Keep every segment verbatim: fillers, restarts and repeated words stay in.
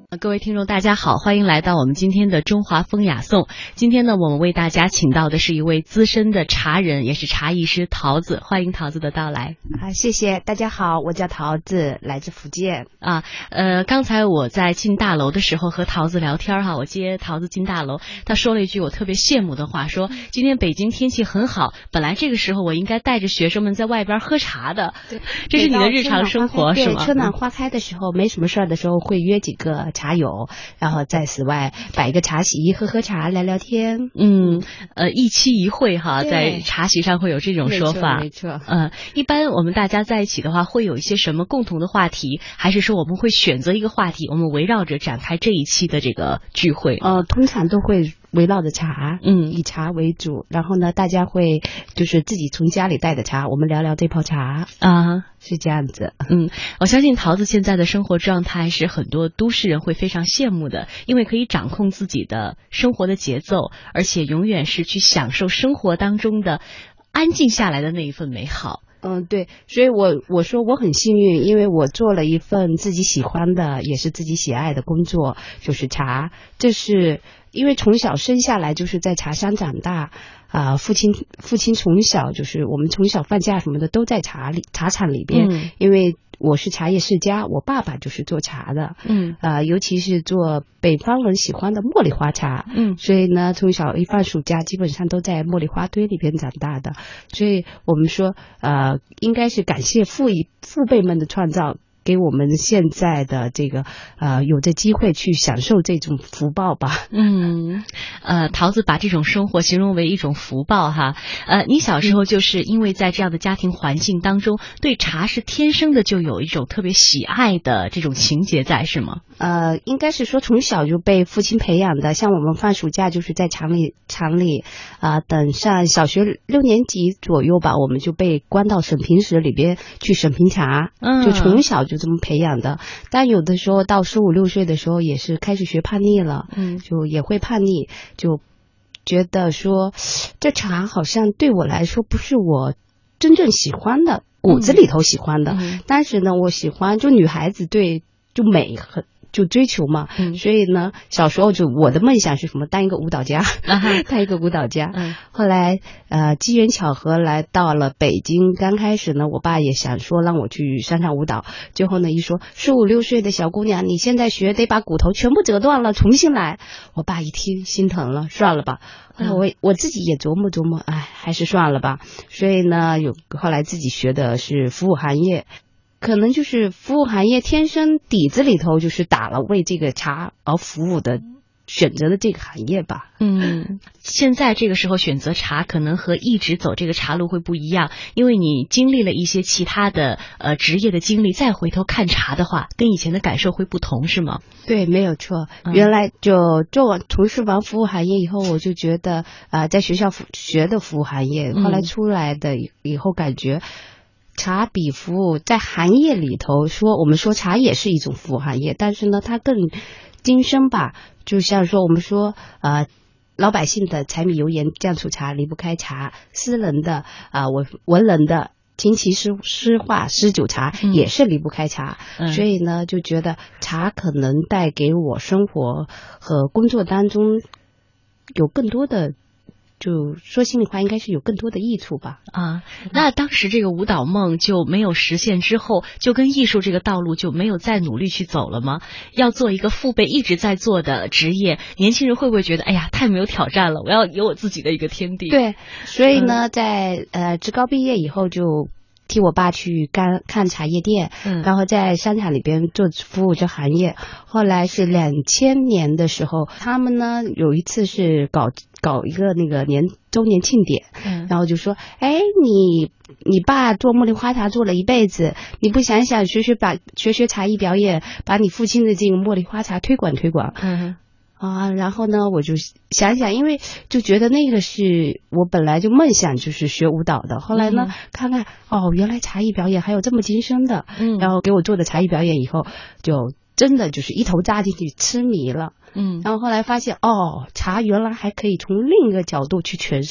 各位听众大家好，欢迎来到我们今天的中华风雅颂。今天呢，我们为大家请到的是一位资深的茶人，也是茶艺师桃子，欢迎桃子的到来。 啊，谢谢大家好，我叫桃子，来自福建。 啊，呃，刚才我在进大楼的时候和桃子聊天哈，我接桃子进大楼，她说了一句我特别羡慕的话，说今天北京天气很好，本来这个时候我应该带着学生们在外边喝茶的。 对， 这是你的日常生活是吗？ 对，春暖花开的时候，没什么事儿的时候，会约几个茶友，然后在室外摆一个茶席，喝喝茶，聊聊天。 嗯，呃，一期一会哈，在茶席上会有这种说法。 没错，没错。 呃，一般我们大家在一起的话，会有一些什么共同的话题，还是说我们会选择一个话题，我们围绕着展开这一期的这个聚会？ 呃，通常都会围绕着茶， 嗯， 以茶为主。然后呢，大家会就是自己从家里带的茶，我们聊聊这泡茶啊， 是这样子。 嗯，我相信桃子现在的生活状态是很多都市人会非常羡慕的，因为可以掌控自己的生活的节奏，而且永远是去享受生活当中的安静下来的那一份美好。 嗯，对，所以我我说我很幸运，因为我做了一份自己喜欢的，也是自己喜爱的工作，就是茶。这是因为从小生下来就是在茶乡长大，啊、呃，父亲父亲从小就是我们从小放假什么的都在茶里茶厂里边， 嗯、 因为我是茶叶世家，我爸爸就是做茶的， 嗯， 啊、呃，尤其是做北方人喜欢的茉莉花茶， 嗯， 所以呢，从小一放暑假，基本上都在茉莉花堆里边长大的，所以我们说，呃，应该是感谢父一父辈们的创造，给我们现在的这个呃有这机会去享受这种福报吧。 嗯，呃，桃子把这种生活形容为一种福报哈。呃，你小时候就是因为在这样的家庭环境当中，对茶是天生的就有一种特别喜爱的这种情节在，是吗？ 呃，应该是说从小就被父亲培养的。像我们放暑假就是在厂里厂里啊、呃，等上小学六年级左右吧，我们就被关到审评室里边去审评茶， 嗯， 就从小就这么培养的。但有的时候到十五六岁的时候，也是开始学叛逆了， 嗯， 就也会叛逆，就觉得说这茶好像对我来说不是我真正喜欢的，骨子里头喜欢的。 嗯、 但是呢，我喜欢就女孩子对就美很。就追求嘛、 嗯， 所以呢，小时候就我的梦想是什么？当一个舞蹈家， 啊、 当一个舞蹈家。 嗯， 后来呃，机缘巧合来到了北京。刚开始呢，我爸也想说让我去上上舞蹈，最后呢一说十五六岁的小姑娘，你现在学得把骨头全部折断了，重新来。我爸一听心疼了，算了吧。后来我我自己也琢磨琢磨，哎，还是算了吧。所以呢，有后来自己学的是服务行业。可能就是服务行业天生底子里头就是打了为这个茶而服务的选择的这个行业吧。 嗯，现在这个时候选择茶可能和一直走这个茶路会不一样，因为你经历了一些其他的呃职业的经历，再回头看茶的话，跟以前的感受会不同，是吗？ 对，没有错。 嗯、 原来就做完从事完服务行业以后，我就觉得啊、呃，在学校学的服务行业，后来出来的以后感觉。茶比服务在行业里头说，我们说茶也是一种服务行业，但是呢，它更精深吧。就像说我们说，呃，老百姓的柴米油盐酱醋茶离不开茶，私人的啊、呃，文文人的琴棋诗诗画诗酒茶也是离不开茶、嗯。所以呢，就觉得茶可能带给我生活和工作当中有更多的。就说心里话，应该是有更多的益处吧。 啊，那当时这个舞蹈梦就没有实现之后，就跟艺术这个道路就没有再努力去走了吗？要做一个父辈一直在做的职业，年轻人会不会觉得，哎呀，太没有挑战了？我要有我自己的一个天地。 对，所以呢，嗯、在呃职高毕业以后就。替我爸去干看茶叶店， 嗯， 然后在商场里边做服务这行业。后来是两千年的时候，他们呢有一次是搞搞一个那个年周年庆典， 嗯， 然后就说，哎，你你爸做茉莉花茶做了一辈子，你不想想学学把学学茶艺表演，把你父亲的这个茉莉花茶推广推广， 嗯。 啊，然后呢，我就想想，因为就觉得那个是我本来就梦想就是学舞蹈的，后来呢，嗯、看看哦，原来茶艺表演还有这么精深的， 嗯， 然后给我做的茶艺表演以后，就真的就是一头扎进去，痴迷了， 嗯， 然后后来发现哦，茶原来还可以从另一个角度去诠释。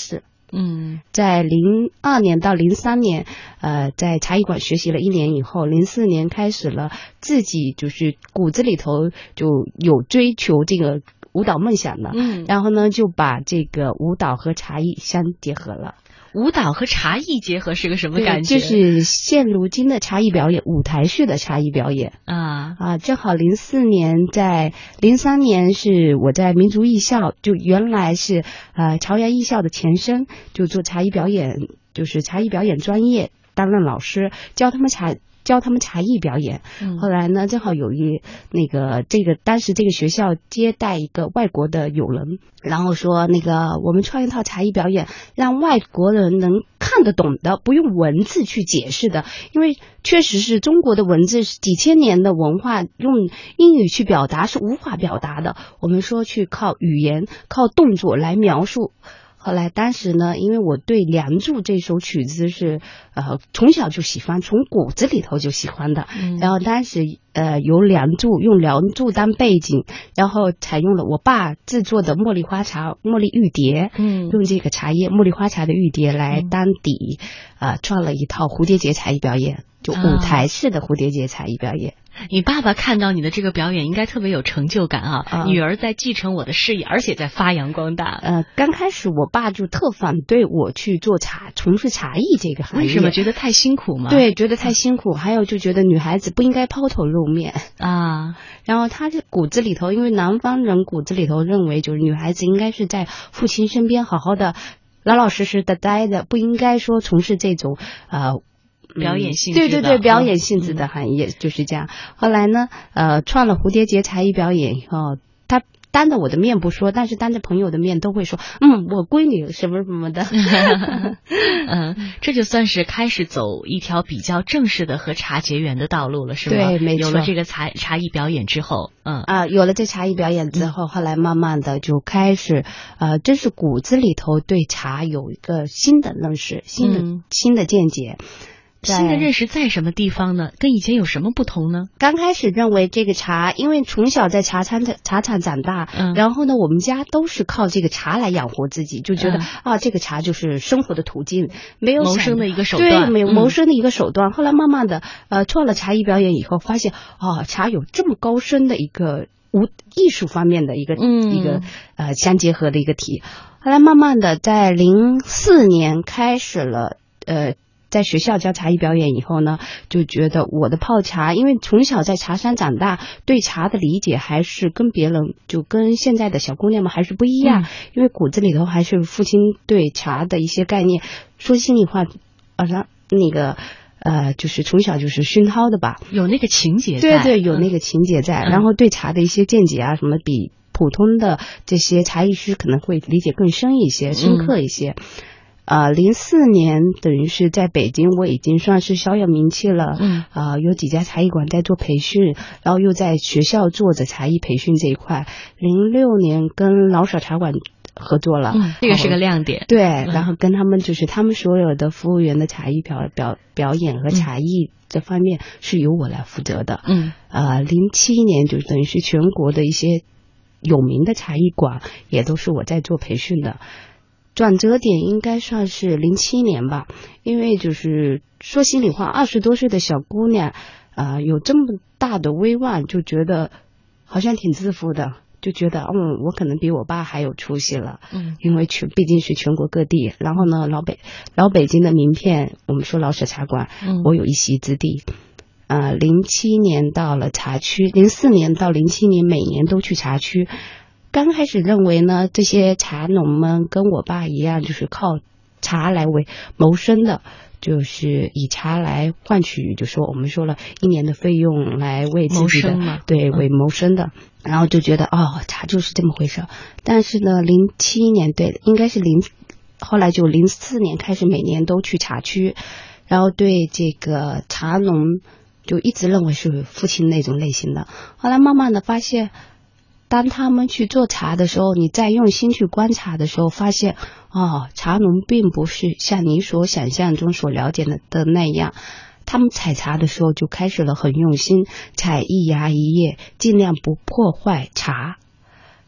嗯，在零二年到零三年，呃，在茶艺馆学习了一年以后，零四年开始了自己就是骨子里头就有追求这个舞蹈梦想了。嗯，然后呢，就把这个舞蹈和茶艺相结合了。 舞蹈和茶艺结合是个什么感觉？ 就是现如今的茶艺表演，舞台式的茶艺表演啊啊！正好零四年在零三年是我在民族艺校，就原来是呃朝阳艺校的前身，就做茶艺表演，就是茶艺表演专业，担任老师，教他们茶。教他们茶艺表演，嗯、后来呢，正好有一那个这个当时这个学校接待一个外国的友人，然后说那个我们创一套茶艺表演，让外国人能看得懂的，不用文字去解释的，因为确实是中国的文字是几千年的文化，用英语去表达是无法表达的。我们说去靠语言、靠动作来描述。后来当时呢，因为我对《梁祝》这首曲子是呃从小就喜欢，从骨子里头就喜欢的。嗯、然后当时呃由《梁祝》用《梁祝》当背景，然后采用了我爸制作的茉莉花茶、茉莉玉蝶，嗯，用这个茶叶茉莉花茶的玉蝶来当底，啊、嗯呃，创了一套蝴蝶结茶艺表演，就舞台式的蝴蝶结茶艺表演。 你爸爸看到你的这个表演应该特别有成就感啊！呃、女儿在继承我的事业，而且在发扬光大。 呃，刚开始我爸就特反对我去做茶，从事茶艺这个行业。 为什么？觉得太辛苦吗？ 对，觉得太辛苦，还有就觉得女孩子不应该抛头露面啊。然后他这骨子里头，因为南方人骨子里头认为，就是女孩子应该是在父亲身边好好的、老老实实的待着，不应该说从事这种呃。 表演性质的、 嗯、对对对，表演性质的行业、嗯、就是这样。后来呢，呃，创了蝴蝶结茶艺表演以后，他当着我的面不说，但是当着朋友的面都会说，嗯，我闺女什么什么的。 嗯，这就算是开始走一条比较正式的和茶结缘的道路了，是吗？ 对，没错。 有了这个茶茶艺表演之后，嗯啊，有了这茶艺表演之后，后来慢慢的就开始，呃，真是骨子里头对茶有一个新的认识，新的、嗯、新的见解。 新的认识在什么地方呢？跟以前有什么不同呢？ 刚开始认为这个茶，因为从小在茶厂茶厂长大，嗯，然后呢，我们家都是靠这个茶来养活自己，就觉得、嗯、啊，这个茶就是生活的途径，没有谋生的一个手段， 对，没有谋生的一个手段。嗯、后来慢慢的，呃，创了茶艺表演以后，发现啊，茶有这么高深的一个无艺术方面的一个、嗯、一个呃相结合的一个体。后来慢慢的，在零四年开始了，呃。在学校教茶艺表演以后呢，就觉得我的泡茶，因为从小在茶山长大，对茶的理解还是跟别人就跟现在的小姑娘们还是不一样，嗯、因为骨子里头还是父亲对茶的一些概念。说心里话，好像那个呃，就是从小就是熏陶的吧， 有那个情节在， 对对，有那个情节在，嗯、然后对茶的一些见解啊，什么比普通的这些茶艺师可能会理解更深一些、深刻一些。嗯呃，零四年等于是在北京，我已经算是小有名气了。嗯，呃，有几家茶艺馆在做培训，然后又在学校做着茶艺培训这一块。零六年跟老舍茶馆合作了， 嗯，这个是个亮点。 对，嗯、然后跟他们就是他们所有的服务员的茶艺表表表演和茶艺这方面是由我来负责的。嗯，呃，零七年就等于是全国的一些有名的茶艺馆也都是我在做培训的。转折点应该算是零七年吧，因为就是说心里话，二十多岁的小姑娘，啊、呃，有这么大的威望，就觉得好像挺自负的，就觉得嗯，我可能比我爸还有出息了，嗯，因为全毕竟是全国各地，然后呢，老北老北京的名片，我们说老舍茶馆，嗯，我有一席之地。呃，零七年到了茶区，零四年到零七年每年都去茶区。刚开始认为呢，这些茶农们跟我爸一样，就是靠茶来为谋生的，就是以茶来换取，就说我们说了一年的费用来为自己的对为谋生的，嗯、然后就觉得哦，茶就是这么回事。但是呢，零七年对，应该是零，后来就零四年开始每年都去茶区，然后对这个茶农就一直认为是父亲那种类型的，后来慢慢的发现。当他们去做茶的时候，你再用心去观察的时候，发现哦，茶农并不是像你所想象中所了解的的那样。他们采茶的时候就开始了很用心，采一芽一叶，尽量不破坏茶。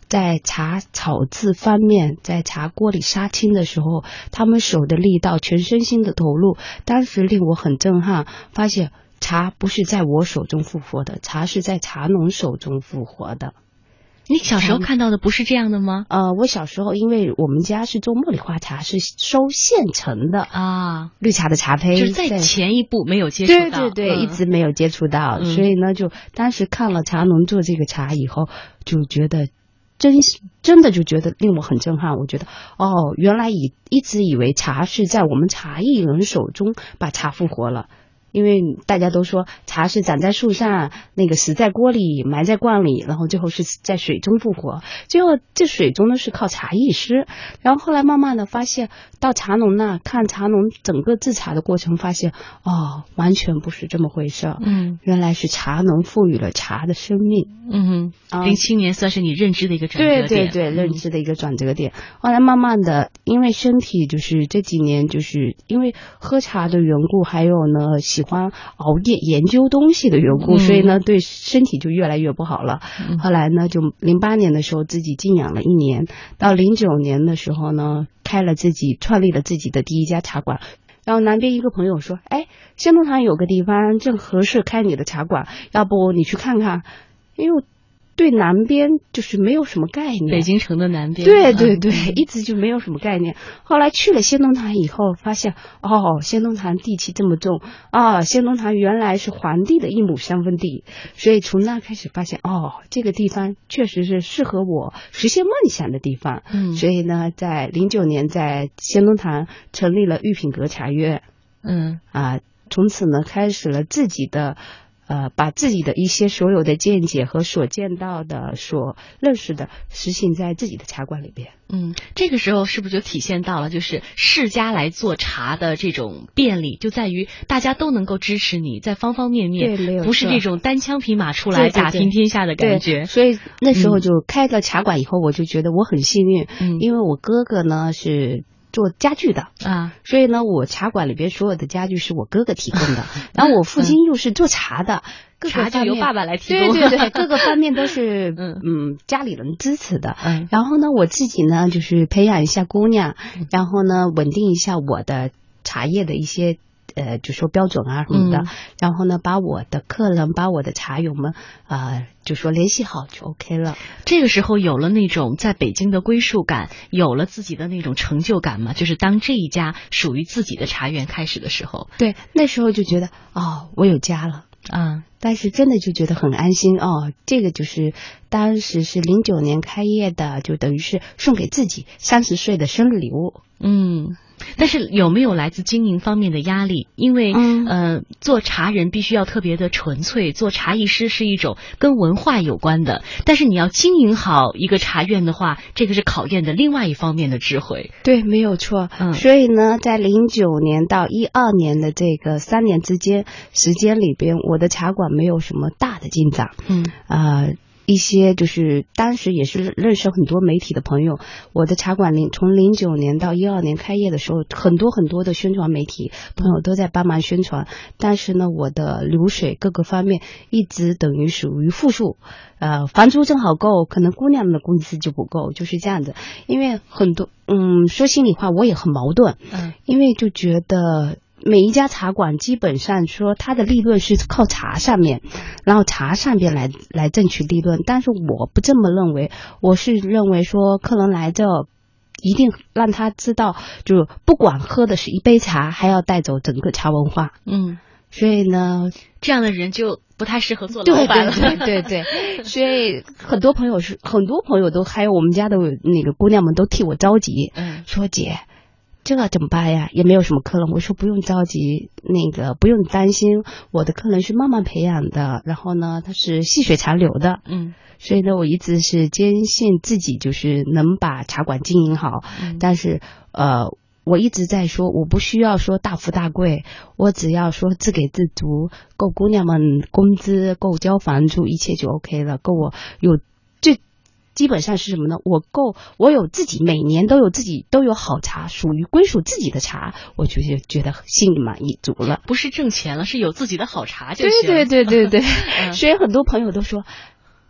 在茶炒制方面，在茶锅里杀青的时候，他们手的力道、全身心的投入，当时令我很震撼，发现茶不是在我手中复活的，茶是在茶农手中复活的。 你小时候看到的不是这样的吗？ 呃，我小时候因为我们家是做茉莉花茶，是收现成的啊， 绿茶的茶胚， 就是在前一步没有接触到， 对对对，嗯、一直没有接触到、嗯，所以呢，就当时看了茶农做这个茶以后，就觉得真真的就觉得令我很震撼。我觉得哦，原来以一直以为茶是在我们茶艺人手中把茶复活了。因为大家都说茶是长在树上，那个死在锅里，埋在罐里，然后最后是在水中复活。最后这水中呢是靠茶艺师。然后后来慢慢的发现，到茶农那看茶农整个制茶的过程，发现哦，完全不是这么回事。嗯，原来是茶农赋予了茶的生命。 嗯哼，零七年算是你认知的一个转折点。 对对对，认知的一个转折点。后来慢慢的，因为身体就是这几年就是因为喝茶的缘故，还有呢。喜欢熬夜研究东西的缘故、嗯，所以呢，对身体就越来越不好了。嗯、后来呢，就零八年的时候自己静养了一年，到零九年的时候呢，开了自己创立了自己的第一家茶馆。然后南边一个朋友说：“哎，仙东堂有个地方正合适开你的茶馆，要不你去看看？”因为对南边就是没有什么概念， 北京城的南边， 对对对、嗯，一直就没有什么概念。后来去了仙东堂以后，发现哦，仙东堂地气这么重啊！仙东堂原来是皇帝的一亩三分地，所以从那开始发现哦，这个地方确实是适合我实现梦想的地方。嗯，所以呢，在零九年在仙东堂成立了玉品阁茶院。嗯啊，从此呢，开始了自己的。呃，把自己的一些所有的见解和所见到的、所认识的实行在自己的茶馆里边。 嗯，这个时候是不是就体现到了，就是世家来做茶的这种便利，就在于大家都能够支持你，在方方面面， 对，没有不是这种单枪匹马出来打拼天下的感觉。 对对对，所以那时候就开了茶馆以后，我就觉得我很幸运，嗯，因为我哥哥呢是。做家具的啊，所以呢，我茶馆里边所有的家具是我哥哥提供的，然后我父亲又是做茶的，各个茶就由爸爸来提供， 对对对，各个方面都是嗯嗯家里人支持的。嗯，然后呢，我自己呢就是培养一下姑娘，然后呢稳定一下我的茶叶的一些。呃，就说标准啊什么的、嗯，然后呢，把我的客人，把我的茶友们，呃，就说联系好就 OK 了。 这个时候有了那种在北京的归属感，有了自己的那种成就感嘛，就是当这一家属于自己的茶园开始的时候， 对，那时候就觉得哦，我有家了啊、嗯，但是真的就觉得很安心哦。这个就是当时是零九年开业的，就等于是送给自己三十岁的生日礼物。 嗯。但是有没有来自经营方面的压力？因为、嗯、呃，做茶人必须要特别的纯粹，做茶艺师是一种跟文化有关的。但是你要经营好一个茶院的话，这个是考验的另外一方面的智慧。 对，没有错。嗯，所以呢，在零九年到一二年的这个三年之间时间里边，我的茶馆没有什么大的进展。嗯啊。呃一些就是当时也是认识很多媒体的朋友，我的茶馆零从零九年到一二年开业的时候，很多很多的宣传媒体朋友都在帮忙宣传，但是呢，我的流水各个方面一直等于属于负数，呃，房租正好够，可能姑娘们的工资就不够，就是这样子。因为很多，嗯，说心里话，我也很矛盾，嗯，因为就觉得。每一家茶馆基本上说它的利润是靠茶上面，然后茶上边来来挣取利润，但是我不这么认为，我是认为说客人来这一定让他知道，就不管喝的是一杯茶，还要带走整个茶文化。嗯，所以呢， 这样的人就不太适合做老板了。 对对对对对，所以很多朋友是很多朋友都还有我们家的那个姑娘们都替我着急，嗯，说姐。这怎么办呀？也没有什么客人。我说不用着急，那个不用担心，我的客人是慢慢培养的，然后呢，他是细水长流的，嗯，所以呢，我一直是坚信自己就是能把茶馆经营好，嗯、但是呃，我一直在说，我不需要说大富大贵，我只要说自给自足，够姑娘们工资，够交房租，一切就 OK 了，够我有最。基本上是什么呢？我够，我有自己每年都有自己都有好茶，属于归属自己的茶，我就觉得心里满意足了。 不是挣钱了，是有自己的好茶就行。 对对对对对，嗯、所以很多朋友都说，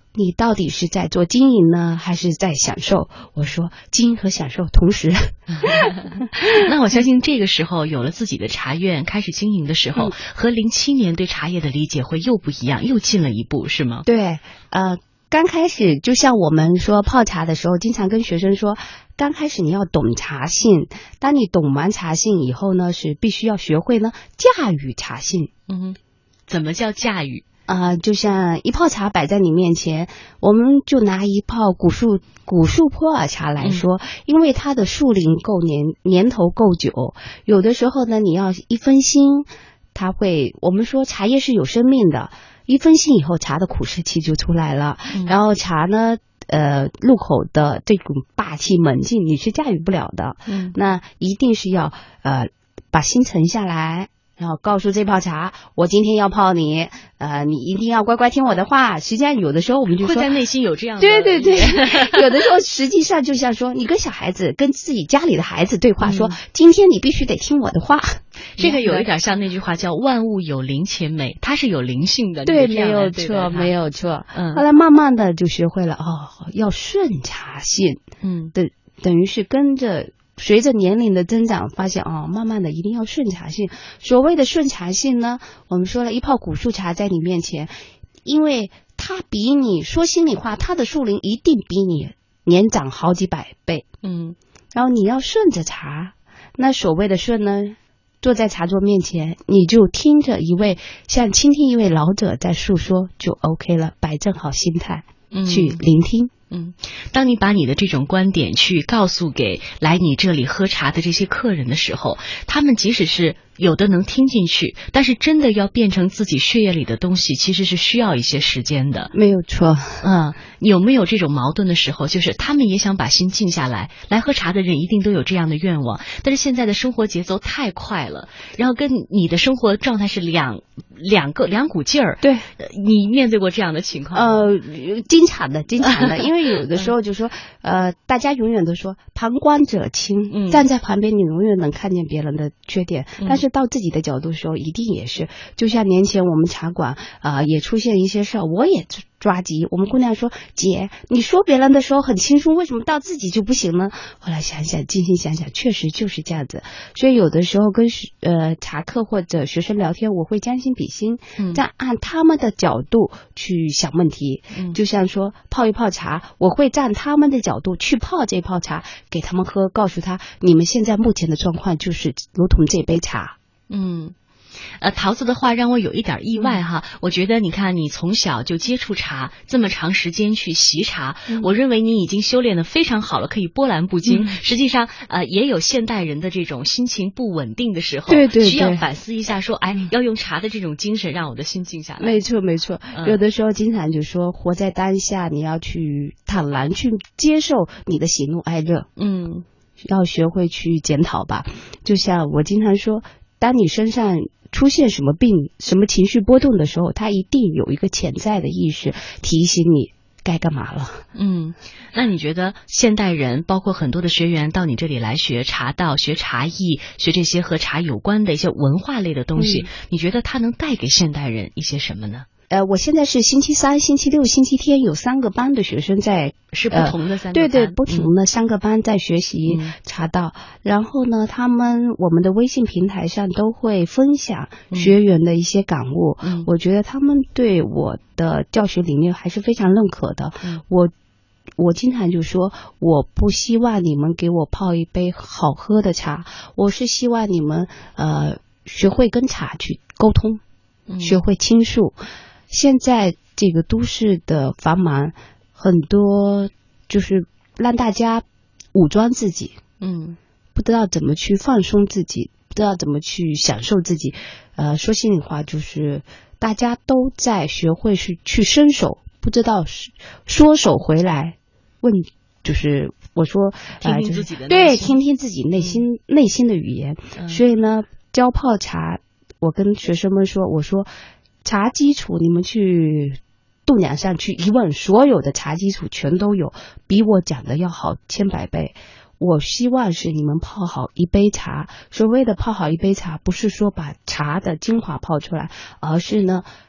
你到底是在做经营呢，还是在享受？我说经营和享受同时。 那我相信这个时候有了自己的茶院，开始经营的时候，嗯、和零七年对茶叶的理解会又不一样，又进了一步，是吗？ 对，呃，刚开始就像我们说泡茶的时候，经常跟学生说，刚开始你要懂茶性，当你懂完茶性以后呢，是必须要学会呢驾驭茶性。 嗯，怎么叫驾驭？ 啊、呃，就像一泡茶摆在你面前，我们就拿一泡古树古树普洱茶来说，嗯、因为它的树龄够年年头够久，有的时候呢，你要一分心，它会，我们说茶叶是有生命的，一分心以后，茶的苦涩气就出来了，嗯、然后茶呢。呃，入口的这种霸气猛劲，你是驾驭不了的。嗯，那一定是要呃把心沉下来，然后告诉这泡茶，我今天要泡你，呃，你一定要乖乖听我的话。实际上有的时候我们就说， 会在内心有这样的， 对对对，有的时候实际上就像说，你跟小孩子跟自己家里的孩子对话，说、嗯、今天你必须得听我的话。 这个有一点像那句话叫万物有灵且美，它是有灵性的。 对，没有错，没有错。嗯，后来慢慢的就学会了哦，要顺茶性。嗯，等等于是跟着随着年龄的增长，发现哦，慢慢的一定要顺茶性。所谓的顺茶性呢，我们说了一泡古树茶在你面前，因为它比你说心里话，它的树龄一定比你年长好几百倍。嗯，然后你要顺着茶，那所谓的顺呢？坐在茶桌面前，你就听着一位像倾听一位老者在诉说就 OK 了，摆正好心态，嗯、去聆听。 嗯，当你把你的这种观点去告诉给来你这里喝茶的这些客人的时候，他们即使是有的能听进去，但是真的要变成自己血液里的东西，其实是需要一些时间的。 没有错。 嗯，有没有这种矛盾的时候，就是他们也想把心静下来，来喝茶的人一定都有这样的愿望，但是现在的生活节奏太快了，然后跟你的生活状态是两两个两股劲儿。 对， 你面对过这样的情况？ 呃，经常的，经常的，因为有的时候就说，呃，大家永远都说旁观者清，嗯、站在旁边你永远能看见别人的缺点，嗯、但是到自己的角度的时候，一定也是，就像年前我们茶馆啊、呃、也出现一些事儿，我也抓急。我们姑娘说：“姐，你说别人的时候很轻松，为什么到自己就不行呢？”后来想想，静心想想，确实就是这样子。所以有的时候跟呃茶客或者学生聊天，我会将心比心，嗯、再按他们的角度去想问题。嗯、就像说泡一泡茶，我会站他们的角度去泡这泡茶，给他们喝，告诉他你们现在目前的状况就是如同这杯茶。 嗯。呃，桃子的话让我有一点意外哈。嗯、我觉得你看，你从小就接触茶，这么长时间去习茶，嗯、我认为你已经修炼得非常好了，可以波澜不惊。嗯、实际上，呃，也有现代人的这种心情不稳定的时候， 对对对， 需要反思一下说，哎，要用茶的这种精神让我的心静下来。 没错没错，嗯、有的时候经常就说，活在当下，你要去坦然去接受你的喜怒哀乐。嗯，要学会去检讨吧。就像我经常说，当你身上出现什么病、什么情绪波动的时候，它一定有一个潜在的意识提醒你该干嘛了。 嗯，那你觉得现代人，包括很多的学员到你这里来学茶道、学茶艺、学这些和茶有关的一些文化类的东西，嗯、你觉得它能带给现代人一些什么呢？ 呃，我现在是星期三、星期六、星期天有三个班的学生在， 是不同的三个班， 呃、对对，不同的三个班在学习茶道。嗯、然后呢，他们我们的微信平台上都会分享学员的一些感悟。嗯、我觉得他们对我的教学理念还是非常认可的。嗯、我我经常就说，我不希望你们给我泡一杯好喝的茶，我是希望你们呃学会跟茶去沟通，嗯、学会倾诉。现在这个都市的繁忙，很多就是让大家武装自己，嗯，不知道怎么去放松自己，不知道怎么去享受自己。呃，说心里话，就是大家都在学会去去伸手，不知道缩手回来问，就是我说， 听听自己的、呃、 对，听听自己内心、嗯、内心的语言。嗯、所以呢，教泡茶，我跟学生们说，我说。茶基础，你们去度量上去一问，所有的茶基础全都有，比我讲的要好千百倍。我希望是你们泡好一杯茶，所谓的泡好一杯茶，不是说把茶的精华泡出来，而是呢，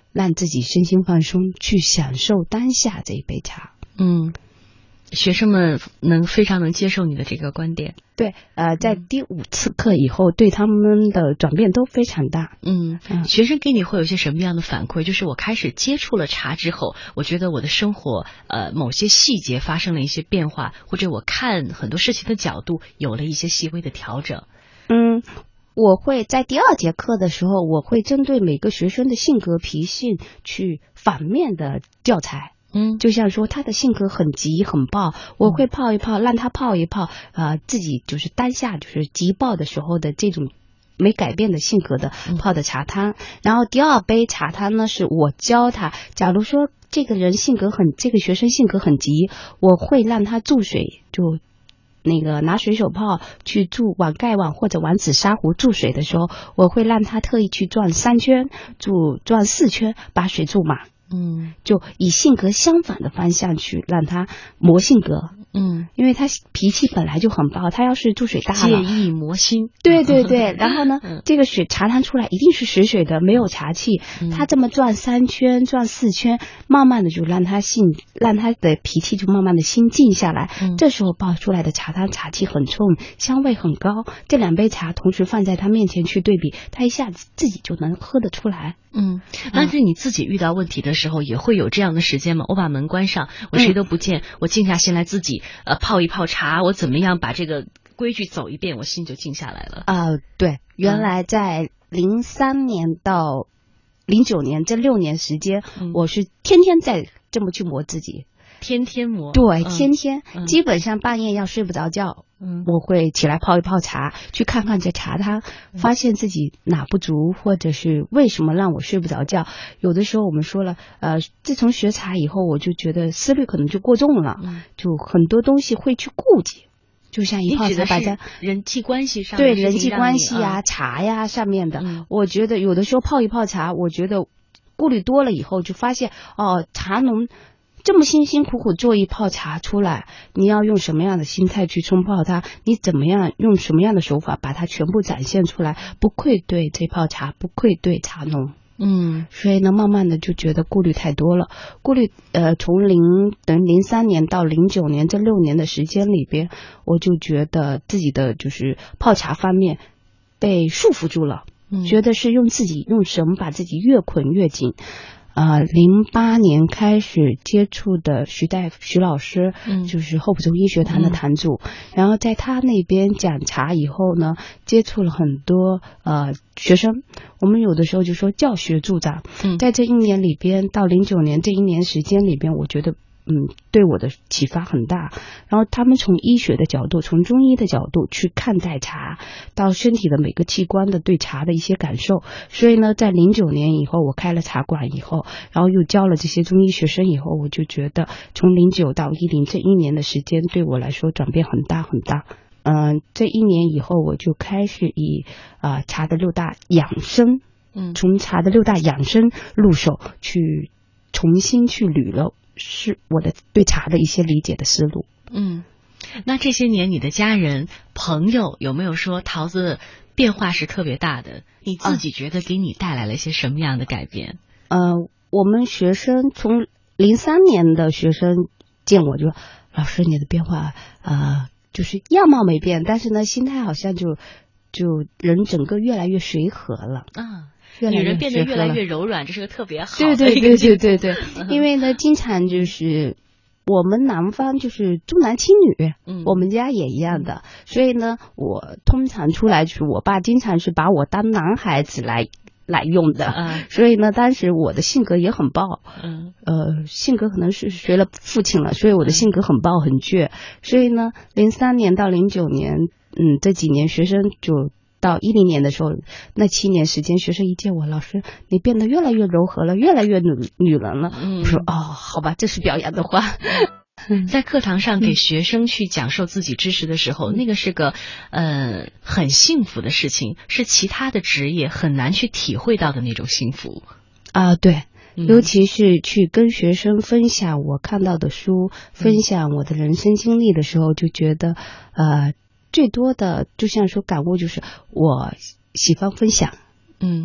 让自己身心放松，去享受当下这一杯茶。 嗯，学生们能非常能接受你的这个观点。 对，呃，在第五次课以后，对他们的转变都非常大。 嗯，学生给你会有一些什么样的反馈？就是我开始接触了茶之后，我觉得我的生活呃某些细节发生了一些变化，或者我看很多事情的角度有了一些细微的调整。 嗯，我会在第二节课的时候，我会针对每个学生的性格脾性去反面的教材。 嗯， 就像说他的性格很急很暴，我会泡一泡，让他泡一泡，呃，自己就是当下就是急暴的时候的这种没改变的性格的泡的茶汤。然后第二杯茶汤呢，是我教他，假如说这个人性格很，这个学生性格很急，我会让他注水，就那个拿水手泡去注往盖碗或者往紫砂壶注水的时候，我会让他特意去转三圈，注转四圈，把水注满。 嗯， 就以性格相反的方向去让他磨性格。 嗯， 因为他脾气本来就很暴，他要是注水大了， 介意磨心。 对对对，然后呢， 嗯、 这个水茶汤出来一定是水水的，没有茶气。嗯、他这么转三圈、转四圈，慢慢的就让他性，让他的脾气就慢慢的心静下来。嗯、这时候泡出来的茶汤茶气很冲，香味很高。这两杯茶同时放在他面前去对比，他一下子自己就能喝得出来。 嗯，但是你自己遇到问题的时候，也会有这样的时间吗？我把门关上，我谁都不见，嗯、我静下心来自己呃泡一泡茶，我怎么样把这个规矩走一遍，我心就静下来了。 啊、呃，对，原来在零三年到零九年这六年时间，嗯、我是天天在这么去磨自己。 天天磨， 对， 嗯、 天天、 嗯、 基本上半夜要睡不着觉， 嗯， 我会起来泡一泡茶，去看看这茶汤，发现自己哪不足，或者是为什么让我睡不着觉。有的时候我们说了，呃，自从学茶以后，我就觉得思虑可能就过重了， 嗯、 就很多东西会去顾忌。就像一泡茶摆在人际关系上， 对人际关系呀、啊、茶呀上面的， 嗯、 我觉得有的时候泡一泡茶，我觉得顾虑多了以后，就发现哦，茶农这么辛辛苦苦做一泡茶出来，你要用什么样的心态去冲泡它？你怎么样用什么样的手法把它全部展现出来？不愧对这泡茶，不愧对茶农。 嗯， 所以呢，慢慢的就觉得顾虑太多了。顾虑呃，从零等零三年到零九年这六年的时间里边，我就觉得自己的就是泡茶方面被束缚住了， 嗯、 觉得是用自己用绳把自己越捆越紧。呃，零八年开始接触的徐大夫徐老师， 嗯， 就是厚朴中医学堂的堂主，嗯、然后在他那边讲茶以后呢，接触了很多呃学生，我们有的时候就说教学助长， 嗯， 在这一年里边到零九年这一年时间里边，我觉得嗯，对我的启发很大。然后他们从医学的角度，从中医的角度去看待茶，到身体的每个器官的对茶的一些感受。所以呢，在零九年以后，我开了茶馆以后，然后又教了这些中医学生以后，我就觉得从零九到一零这一年的时间，对我来说转变很大很大。嗯、呃，这一年以后，我就开始以啊、呃、茶的六大养生， 嗯， 从茶的六大养生入手，去重新去捋了。是我的对茶的一些理解的思路。 嗯，那这些年你的家人朋友有没有说桃子变化是特别大的？你自己觉得给你带来了一些什么样的改变？ 呃，我们学生从零三年的学生见我就说，老师你的变化呃就是样貌没变，但是呢心态好像就就人整个越来越随和了啊。女人变得越来越柔软，这是个特别好的对对对对对对，因为呢，经常就是我们南方就是重男轻女，嗯，我们家也一样的，所以呢，我通常出来就是我爸经常是把我当男孩子来来用的， 嗯， 所以呢，当时我的性格也很暴， 嗯， 呃，性格可能是随了父亲了，所以我的性格很暴很倔，所以呢，零三年到零九年，嗯，这几年学生就。到一零年的时候，那七年时间，学生一见我，老师你变得越来越柔和了，越来越女女人了。 嗯， 我说哦，好吧，这是表扬的话。 在课堂上给学生去讲授自己知识的时候，嗯、那个是个呃很幸福的事情，是其他的职业很难去体会到的那种幸福啊、呃，对。 嗯、 尤其是去跟学生分享我看到的书，分享我的人生经历的时候，就觉得呃。最多的就像说感悟就是我喜欢分享， 嗯，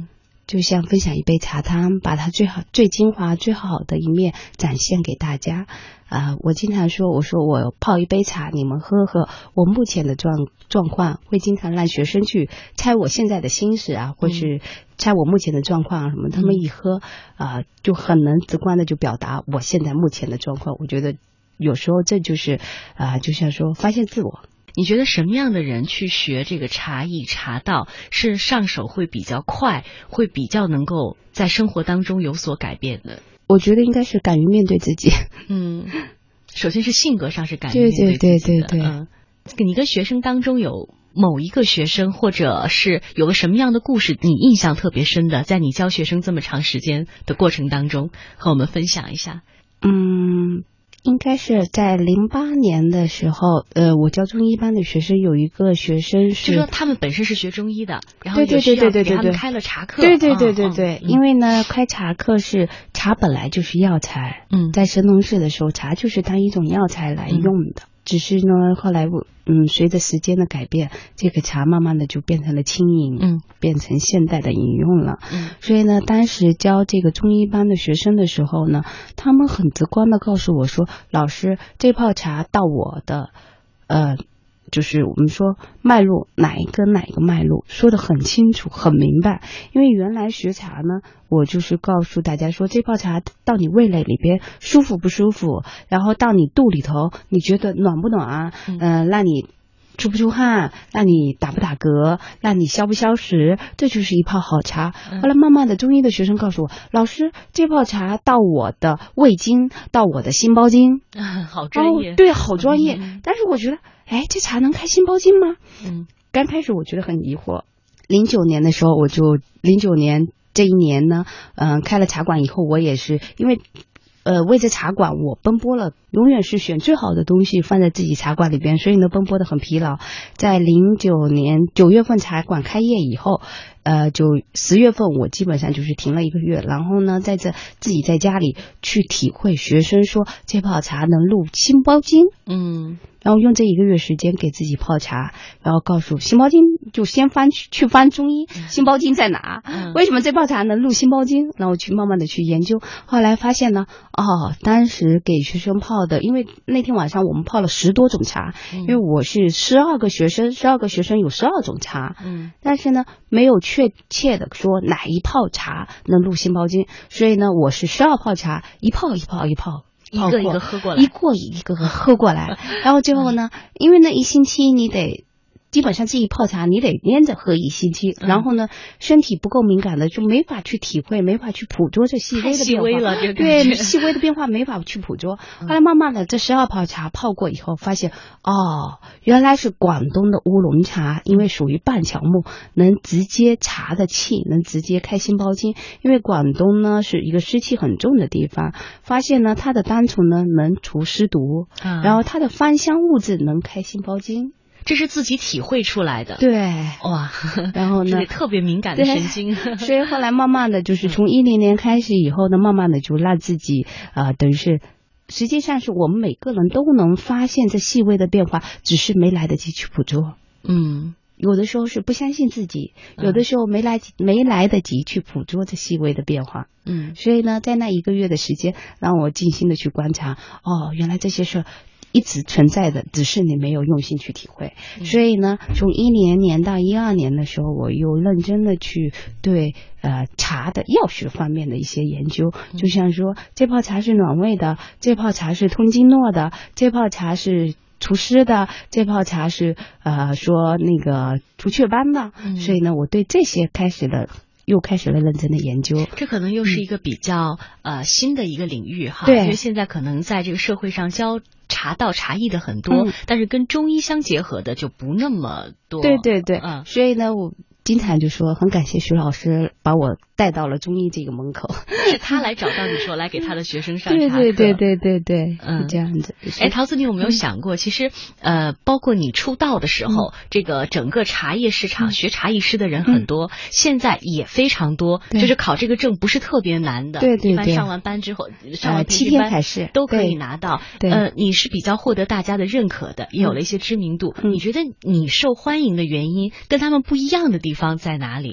就像分享一杯茶汤，把它最好、最精华、最好的一面展现给大家。啊、呃，我经常说，我说我泡一杯茶，你们喝喝。我目前的状状况，会经常让学生去猜我现在的心事啊，或是猜我目前的状况啊什么。他们一喝啊、呃，就很能直观的就表达我现在目前的状况。我觉得有时候这就是啊、呃，就像说发现自我。 你觉得什么样的人去学这个茶艺茶道是上手会比较快，会比较能够在生活当中有所改变的？ 我觉得应该是敢于面对自己。 嗯，首先是性格上是敢于面对自己的。 对对对对对。 嗯，你跟学生当中有某一个学生，或者是有个什么样的故事你印象特别深的，在你教学生这么长时间的过程当中和我们分享一下？ 嗯，应该是在零八年的时候，呃，我教中医班的学生有一个学生是， 就说他们本身是学中医的，然后对对对对对对给他们开了茶课， 对对对对对， 嗯嗯、 因为呢，开茶课是茶本来就是药材， 嗯， 在神农氏的时候，茶就是当一种药材来用的。嗯，只是呢，后来我嗯，随着时间的改变，这个茶慢慢的就变成了轻饮， 嗯， 变成现代的饮用了。 嗯， 所以呢，当时教这个中医班的学生的时候呢，他们很直观的告诉我说，老师，这泡茶到我的，呃。就是我们说脉络哪一个哪一个脉络说得很清楚很明白，因为原来学茶呢，我就是告诉大家说，这泡茶到你味蕾里边舒服不舒服，然后到你肚里头你觉得暖不暖啊，嗯、呃，让你出不出汗，让你打不打嗝，让你消不消食，这就是一泡好茶。 嗯、 后来慢慢的中医的学生告诉我，老师，这泡茶到我的胃经，到我的心包经， 嗯、好专业、 哦，对，好专业、 嗯、 但是我觉得哎，这茶能开心包经吗？ 嗯， 刚开始我觉得很疑惑。零九年的时候，我就零九年这一年呢，嗯、呃，开了茶馆以后，我也是因为，呃，为这茶馆我奔波了，永远是选最好的东西放在自己茶馆里边，所以呢，奔波得很疲劳。在零九年九月份茶馆开业以后，呃，就十月份我基本上就是停了一个月，然后呢，在这自己在家里去体会学生说这泡茶能入心包经， 嗯。 然后用这一个月时间给自己泡茶，然后告诉心包经就先翻去去翻中医，心包经在哪？ 嗯、 为什么这泡茶能入心包经？然后去慢慢的去研究，后来发现呢，哦，当时给学生泡的，因为那天晚上我们泡了十多种茶， 嗯、 因为我是十二个学生，十二个学生有十二种茶， 嗯， 但是呢没有确切的说哪一泡茶能入心包经，所以呢我是十二泡茶，一泡一泡一泡。 一个一个喝过来， 一个一个个喝过来，然后最后呢，因为那一星期你得基本上自己泡茶，你得连着喝一星期，嗯、然后呢，身体不够敏感的就没法去体会，没法去捕捉这细微的变化， 细微了，这对细微的变化没法去捕捉。后来慢慢的，这十二泡茶泡过以后，发现哦，原来是广东的乌龙茶，因为属于半乔木，能直接茶的气，能直接开心包经。因为广东呢是一个湿气很重的地方，发现呢它的单丛呢能除湿毒， 嗯、 然后它的芳香物质能开心包经。 这是自己体会出来的， 对， 哇， 然后呢， 特别敏感的神经， 所以后来慢慢的就是从一零年开始以后呢，慢慢的就让自己啊、呃，等于是，实际上是我们每个人都能发现这细微的变化，只是没来得及去捕捉。 嗯， 有的时候是不相信自己，有的时候没来没来得及去捕捉这细微的变化。 嗯， 所以呢，在那一个月的时间，让我静心的去观察，哦，原来这些事一直存在的，只是你没有用心去体会。嗯、所以呢，从一零年到一二年的时候，我又认真的去对呃茶的药学方面的一些研究，嗯、就像说这泡茶是暖胃的，这泡茶是通经络的，这泡茶是除湿的，这泡茶是呃说那个除雀斑的。嗯、所以呢，我对这些开始了。又开始了认真的研究， 这可能又是一个比较、嗯、呃新的一个领域哈。 对， 因为现在可能在这个社会上教茶道茶艺的很多、嗯，但是跟中医相结合的就不那么多。 对对对， 嗯， 所以呢，我经常就说很感谢徐老师把我带到了中医这个门口， 是他来找到你说来给他的学生上茶课。 对对对对对对， 嗯， 是这样子。 哎，陶子，你有没有想过，嗯、其实呃，包括你出道的时候，嗯、这个整个茶叶市场、嗯、学茶艺师的人很多，嗯、现在也非常多，就是考这个证不是特别难的， 对对对， 一般上完班之后，上完培训七天考试都可以拿到。 对， 呃，你是比较获得大家的认可的，也有了一些知名度。 嗯、 你觉得你受欢迎的原因跟他们不一样的地方在哪里？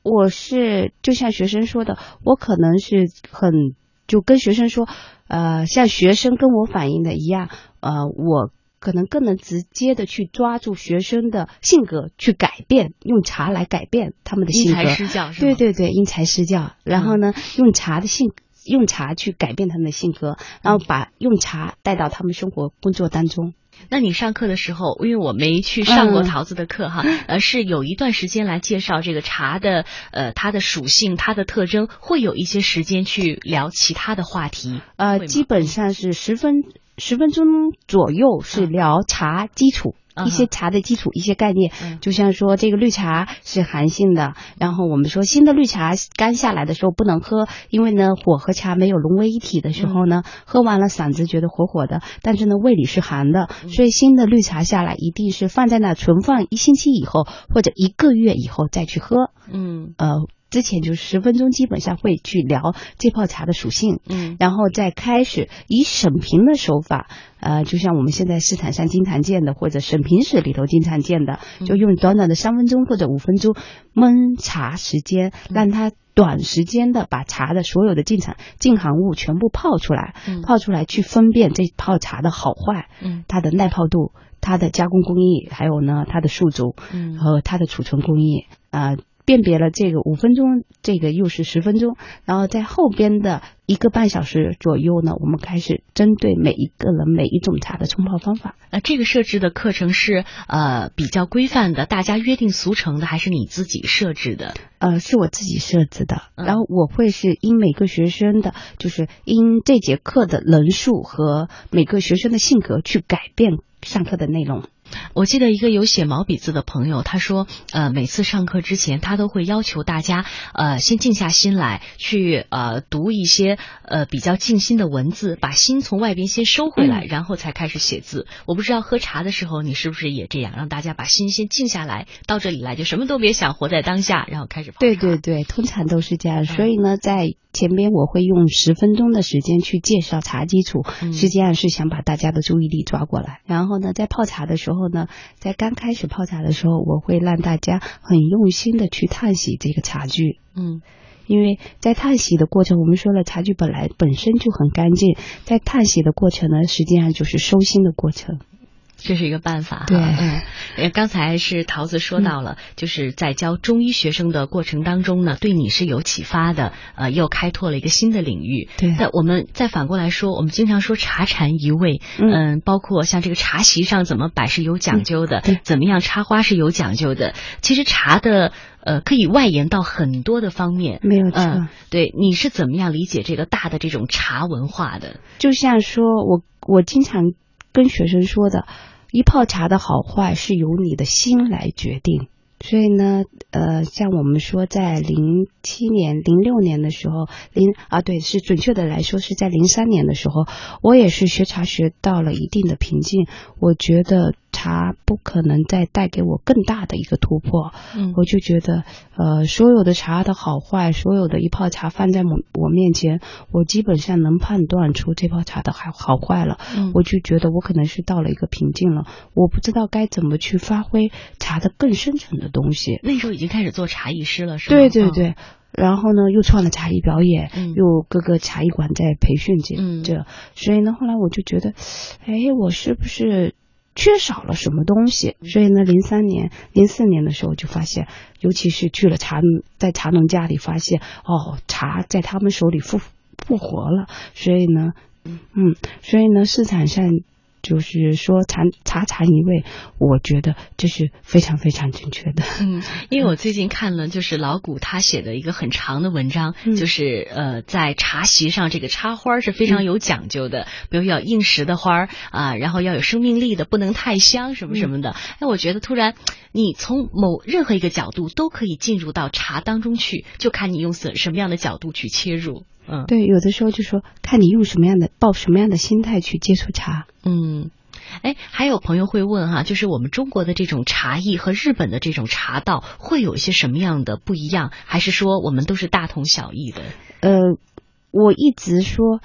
我是就像学生说的，我可能是很就跟学生说，呃，像学生跟我反映的一样，呃，我可能更能直接的去抓住学生的性格去改变，用茶来改变他们的性格。 因材施教是吗？ 对对对，因材施教。然后呢，嗯、用茶的性用茶去改变他们的性格，然后把用茶带到他们生活工作当中。 那你上课的时候，因为我没去上过桃子的课哈，嗯、呃，是有一段时间来介绍这个茶的呃它的属性、它的特征，会有一些时间去聊其他的话题。 呃，基本上是十分十分钟左右是聊茶基础。嗯一些茶的基础，一些概念，嗯、就像说这个绿茶是寒性的，然后我们说新的绿茶干下来的时候不能喝，因为呢火和茶没有融为一体的时候呢，嗯、喝完了嗓子觉得火火的，但是呢胃里是寒的，嗯、所以新的绿茶下来一定是放在那存放一星期以后或者一个月以后再去喝。嗯，呃。之前就十分钟基本上会去聊这泡茶的属性，嗯，然后再开始以审评的手法，呃，就像我们现在市场上经常见的，或者审评室里头经常见的，就用短短的三分钟或者五分钟焖茶时间，让它短时间的把茶的所有的进场进行物全部泡出来，嗯、泡出来去分辨这泡茶的好坏，嗯，它的耐泡度、它的加工工艺，还有呢它的宿主，嗯，和它的储存工艺，啊、呃。辨别了这个五分钟，这个又是十分钟，然后在后边的一个半小时左右呢，我们开始针对每一个人每一种茶的冲泡方法。 呃，这个设置的课程是呃比较规范的，大家约定俗成的，还是你自己设置的？ 呃，是我自己设置的。嗯、然后我会是因每个学生的，就是因这节课的人数和每个学生的性格去改变上课的内容。 我记得一个有写毛笔字的朋友，他说，呃，每次上课之前，他都会要求大家，呃，先静下心来，去呃读一些呃比较静心的文字，把心从外边先收回来，嗯、然后才开始写字。我不知道喝茶的时候你是不是也这样，让大家把心先静下来，到这里来就什么都别想，活在当下，然后开始泡茶。 对对对，通常都是这样。所以呢，在前边我会用十分钟的时间去介绍茶基础，嗯、实际上是想把大家的注意力抓过来。然后呢，在泡茶的时候呢，在刚开始泡茶的时候，我会让大家很用心的去探洗这个茶具。嗯，因为在探洗的过程，我们说了茶具本来本身就很干净，在探洗的过程呢，实际上就是收心的过程。 这是一个办法。 对， 嗯，刚才是桃子说到了，嗯、就是在教中医学生的过程当中呢，对你是有启发的，呃，又开拓了一个新的领域。 对， 但我们再反过来说，我们经常说茶禅一味，嗯、呃，包括像这个茶席上怎么摆是有讲究的，嗯、怎么样插花是有讲究的。其实茶的呃可以外延到很多的方面， 没有错。 嗯、对，你是怎么样理解这个大的这种茶文化的？ 就像说我我经常跟学生说的，一泡茶的好坏是由你的心来决定。所以呢，呃，像我们说在零七年、零六年的时候，零啊对，是准确的来说是在零三年的时候，我也是学茶学到了一定的瓶颈，我觉得茶不可能再带给我更大的一个突破。嗯，我就觉得，呃，所有的茶的好坏，所有的一泡茶放在我我面前，我基本上能判断出这泡茶的好好坏了。嗯，我就觉得我可能是到了一个瓶颈了，我不知道该怎么去发挥茶的更深层的东西。 那时候已经开始做茶艺师了，是吗？ 对对对。嗯，然后呢，又创了茶艺表演，嗯、又各个茶艺馆在培训这、嗯、这，所以呢，后来我就觉得，哎，我是不是缺少了什么东西？所以呢，零三年、零四年的时候就发现，尤其是去了茶在茶农家里发现，哦，茶在他们手里复复活了。所以呢，嗯，所以呢，市场上就是说茶茶禅一味，我觉得这是非常非常正确的。 嗯，因为我最近看了就是老谷他写的一个很长的文章，嗯、就是呃在茶席上这个插花是非常有讲究的，嗯、比如要硬实的花啊、呃，然后要有生命力的，不能太香什么什么的。哎、嗯，我觉得突然你从某任何一个角度都可以进入到茶当中去，就看你用什什么样的角度去切入。嗯， 对，有的时候就说看你用什么样的抱什么样的心态去接触茶。 嗯，哎，还有朋友会问哈，就是我们中国的这种茶艺和日本的这种茶道会有一些什么样的不一样，还是说我们都是大同小异的？ 呃，我一直说，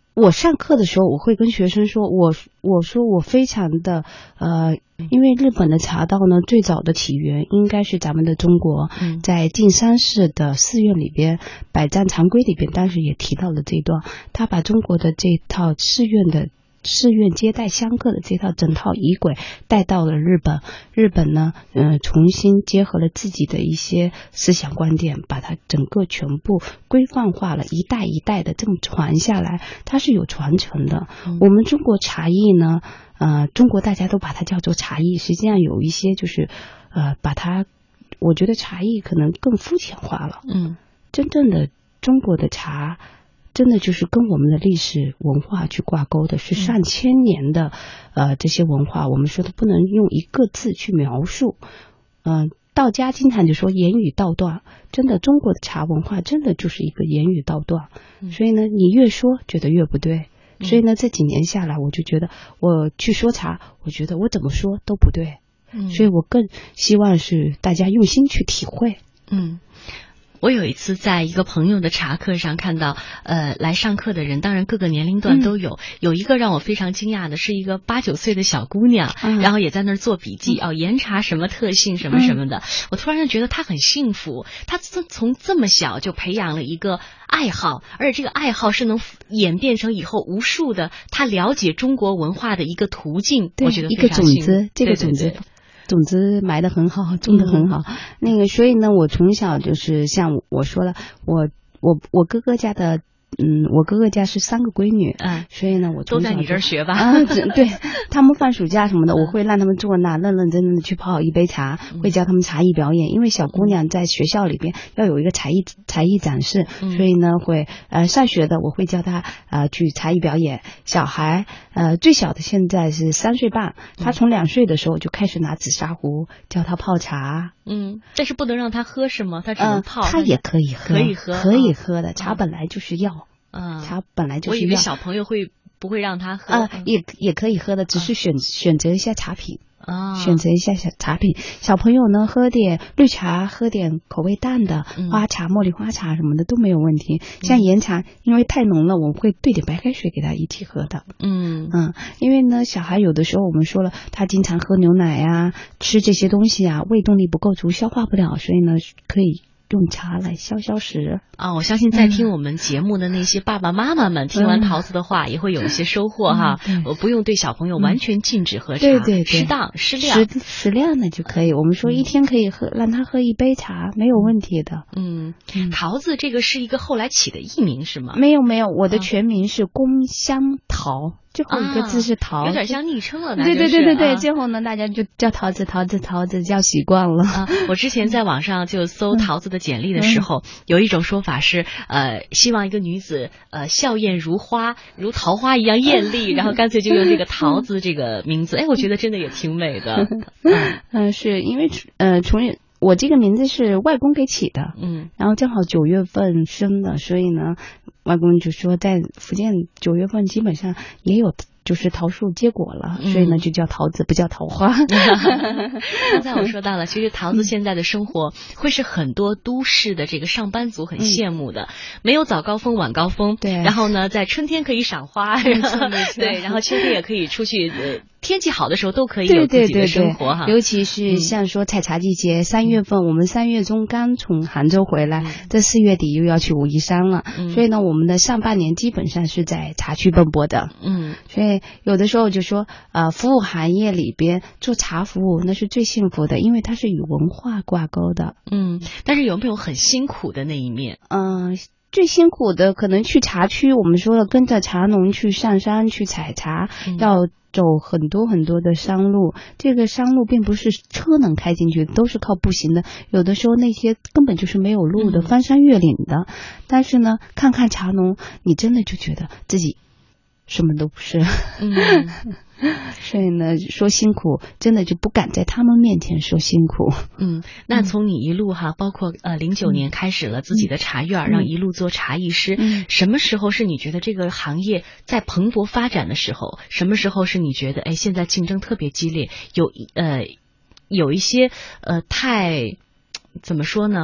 我上课的时候，我会跟学生说，我我说我非常的呃，因为日本的茶道呢，最早的起源应该是咱们的中国， 嗯、 在晋山市的寺院里边，百赞禅规里边，当时也提到了这一段，他把中国的这套寺院的。寺院接待香客的这套整套仪轨带到了日本，日本呢，呃，重新结合了自己的一些思想观点，把它整个全部规范化了，一代一代的这么传下来，它是有传承的。嗯、我们中国茶艺呢，呃，中国大家都把它叫做茶艺，实际上有一些就是，呃，把它，我觉得茶艺可能更肤浅化了。 嗯， 真正的中国的茶。真的就是跟我们的历史文化去挂钩的，是上千年的，呃，这些文化，我们说的不能用一个字去描述。嗯、呃，道家经常就说言语道断，真的中国的茶文化真的就是一个言语道断。嗯、所以呢，你越说觉得越不对。所以呢，这几年下来，我就觉得我去说茶，我觉得我怎么说都不对。嗯，所以我更希望是大家用心去体会。 嗯。我有一次在一个朋友的茶课上看到，呃，来上课的人，当然各个年龄段都有。嗯、有一个让我非常惊讶的是一个八九岁的小姑娘，嗯、然后也在那儿做笔记，嗯、哦，岩茶什么特性什么什么的。嗯、我突然觉得她很幸福，她从从这么小就培养了一个爱好，而且这个爱好是能演变成以后无数的她了解中国文化的一个途径。我觉得一个种子，这个种子。对对对种子埋得很好，种得很好。嗯、那个，所以呢，我从小就是像我说了，我我我哥哥家的，嗯，我哥哥家是三个闺女， 嗯， 所以呢，我都在你这儿学吧。 啊，对，他们放暑假什么的，我会让他们坐那认认真真的去泡一杯茶，嗯、会教他们茶艺表演。因为小姑娘在学校里边要有一个才艺才艺展示，嗯、所以呢，会呃上学的我会教她呃去茶艺表演。小孩呃最小的现在是三岁半，他从两岁的时候就开始拿紫砂壶教他泡茶。 嗯，但是不能让他喝是吗？他只能泡。 他、呃、也可以喝， 可以喝， 可以喝的。茶本来就是药。 嗯， 茶本来就是药。 我以为小朋友会不会让他喝？ 啊、呃，也也可以喝的，只是选、啊、选择一下茶品。 啊， 选择一下小茶品，小朋友呢喝点绿茶，喝点口味淡的、嗯、花茶、茉莉花茶什么的都没有问题。像岩茶，因为太浓了，我会兑点白开水给他一起喝的。 嗯嗯，因为呢，小孩有的时候我们说了，他经常喝牛奶呀、吃这些东西啊，胃动力不够足，消化不了，所以呢，可以用茶来消消食啊！我相信在听我们节目的那些爸爸妈妈们，嗯、听完桃子的话，也会有一些收获哈。我、嗯、不用对小朋友完全禁止喝茶， 对对对， 适当适量适适量的就可以。我们说一天可以喝，嗯、让他喝一杯茶，没有问题的。 嗯，嗯桃子这个是一个后来起的艺名是吗？ 没有没有，我的全名是宫香桃。啊最后一个字是桃， 啊、有点像昵称了。 对对对对对，最后呢，大家就叫桃子，桃子，桃子，叫习惯了。 啊，我之前在网上就搜桃子的简历的时候，嗯、有一种说法是，呃，希望一个女子呃笑靥如花，如桃花一样艳丽，然后干脆就用这个桃子这个名字。哎，我觉得真的也挺美的。 嗯，嗯是因为呃从。我这个名字是外公给起的， 嗯， 然后正好九月份生的，所以呢，外公就说在福建九月份基本上也有就是桃树结果了，嗯、所以呢就叫桃子，不叫桃花。 刚才我说到了，其实桃子现在的生活会是很多都市的这个上班族很羡慕的，嗯、没有早高峰晚高峰， 对， 然后呢在春天可以赏花， 没错没错， 对，然后秋天也可以出去。呃天气好的时候都可以有自己的生活哈， 尤其是像说采茶季节，三、嗯、月份我们三月中刚从杭州回来，嗯、这四月底又要去武夷山了，嗯、所以呢，我们的上半年基本上是在茶区奔波的， 嗯， 所以有的时候就说，呃，服务行业里边做茶服务那是最幸福的，因为它是与文化挂钩的， 嗯，但是有没有很辛苦的那一面？ 嗯、呃。最辛苦的可能去茶区，我们说了，跟着茶农去上山去采茶，嗯、要走很多很多的山路。这个山路并不是车能开进去，都是靠步行的。有的时候那些根本就是没有路的，嗯、翻山越岭的。但是呢，看看茶农，你真的就觉得自己什么都不是。 嗯。 所以呢，说辛苦，真的就不敢在他们面前说辛苦。 嗯，那从你一路哈，包括呃零九年开始了自己的茶院，嗯、让一路做茶艺师。嗯，什么时候是你觉得这个行业在蓬勃发展的时候？什么时候是你觉得哎现在竞争特别激烈，有呃有一些呃太怎么说呢？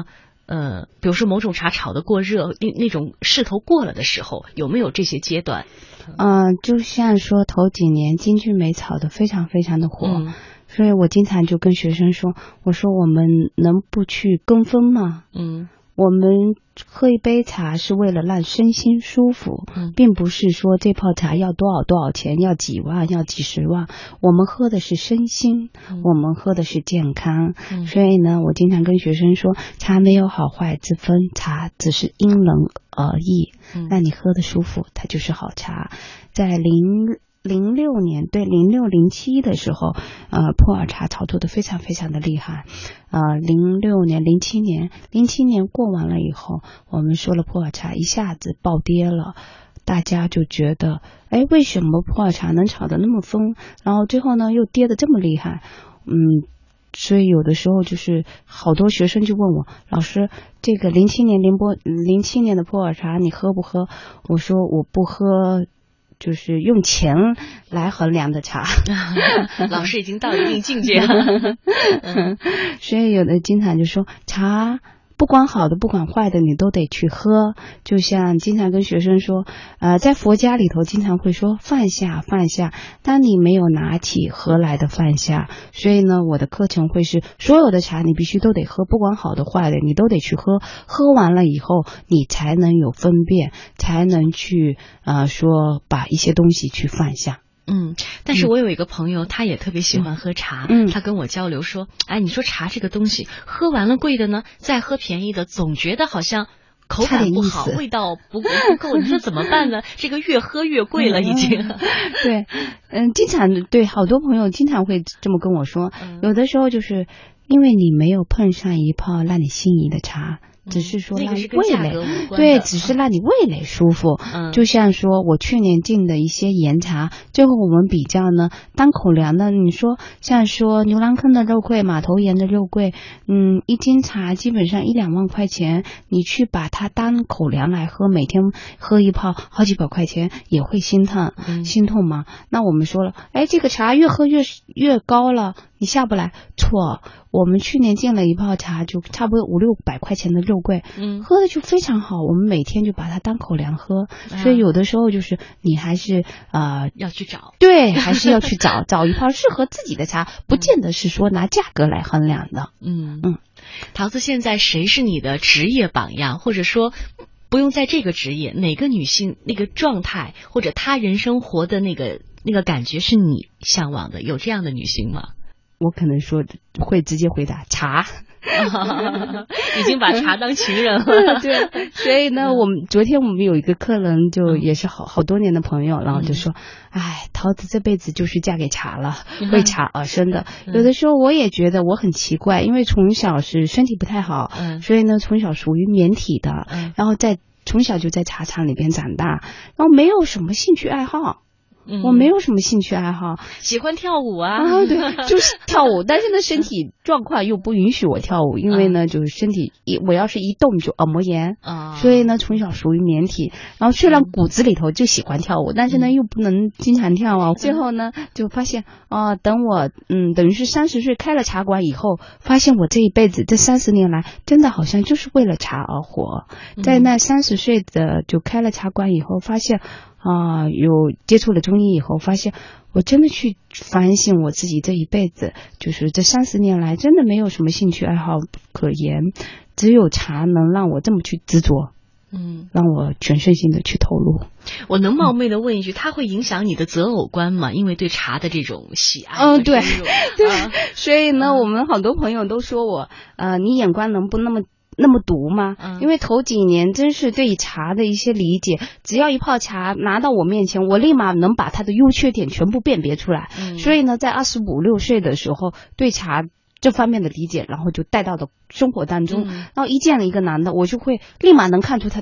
呃，比如说某种茶炒得过热，那那种势头过了的时候，有没有这些阶段？ 嗯、呃，就像说头几年金骏眉炒得非常非常的火。嗯，所以我经常就跟学生说，我说我们能不去跟风吗？嗯，我们喝一杯茶是为了让身心舒服，嗯，并不是说这泡茶要多少多少钱，要几万，要几十万。我们喝的是身心，嗯，我们喝的是健康。嗯，所以呢，我经常跟学生说，茶没有好坏之分，茶只是因人而异。嗯，让你喝的舒服，它就是好茶。在零零六年，对零六零七的时候，呃，普洱茶炒作的非常非常的厉害。呃，零六年、零七年、零七年过完了以后，我们说了普洱茶一下子暴跌了，大家就觉得，哎，为什么普洱茶能炒得那么疯？然后最后呢，又跌得这么厉害？嗯，所以有的时候就是好多学生就问我，老师，这个零七年零波零七年的普洱茶你喝不喝？我说我不喝。就是用钱来衡量的茶老师已经到一定境界了所以有的经常就说茶不管好的不管坏的你都得去喝，就像经常跟学生说，呃，在佛家里头经常会说放下放下，当你没有拿起何来的放下？所以呢，我的课程会是所有的茶你必须都得喝，不管好的坏的你都得去喝，喝完了以后你才能有分辨，才能去呃说把一些东西去放下。 嗯，但是我有一个朋友，嗯，他也特别喜欢喝茶，嗯，他跟我交流说，哎，你说茶这个东西，喝完了贵的呢，再喝便宜的，总觉得好像口感不好，味道不不够，你说怎么办呢？这个越喝越贵了，已经。嗯， 对，嗯，经常对好多朋友经常会这么跟我说，嗯，有的时候就是因为你没有碰上一泡让你心仪的茶。只是说让味蕾，对，只是让你味蕾舒服。嗯，就像说我去年进的一些岩茶，最后我们比较呢，单口粮的，你说像说牛栏坑的肉桂、马头岩的肉桂，嗯，一斤茶基本上一两万块钱，你去把它当口粮来喝，每天喝一泡，好几百块钱也会心疼，嗯，心痛吗？那我们说了，哎，这个茶越喝越越高了，你下不来，错。我们去年进了一泡茶，就差不多五六百块钱的肉桂，嗯，喝的就非常好。我们每天就把它当口粮喝，啊，所以有的时候就是你还是呃要去找， 对，还是要去找找一泡适合自己的茶，不见得是说拿价格来衡量的。 嗯嗯，桃子，现在谁是你的职业榜样，或者说不用在这个职业，哪个女性那个状态或者她人生活的那个那个感觉是你向往的？有这样的女性吗？ 我可能说会直接回答茶已经把茶当情人了对，所以呢，我们昨天我们有一个客人，就也是好好多年的朋友，然后就说，哎，桃子这辈子就是嫁给茶了，为茶而生的。有的时候我也觉得我很奇怪，因为从小是身体不太好，所以呢从小属于免体的，然后在从小就在茶厂里边长大，然后没有什么兴趣爱好。嗯，我没有什么兴趣爱好， 喜欢跳舞啊， 啊对，就是跳舞，但是呢，身体状况又不允许我跳舞，因为呢，就是身体一我要是一动就耳膜炎啊，所以呢，从小属于免体，然后虽然骨子里头就喜欢跳舞，但是呢，又不能经常跳啊。最后呢，就发现啊，等我嗯，等于是三十岁开了茶馆以后，发现我这一辈子这三十年来，真的好像就是为了茶而活。在那三十岁的就开了茶馆以后，发现。啊，有接触了中医以后，发现我真的去反省我自己这一辈子，就是这三十年来真的没有什么兴趣爱好可言，只有茶能让我这么去执着，嗯，让我全身心的去投入。 我能冒昧的问一句，它会影响你的择偶观吗？因为对茶的这种喜爱。 嗯，对，对，啊、所以呢，我们好多朋友都说我，呃，你眼光能不那么。那么毒吗？嗯，因为头几年真是对茶的一些理解，只要一泡茶拿到我面前，我立马能把它的优缺点全部辨别出来。嗯，所以呢，在二十五六岁的时候，对茶这方面的理解，然后就带到了生活当中。嗯，然后一见了一个男的，我就会立马能看出他的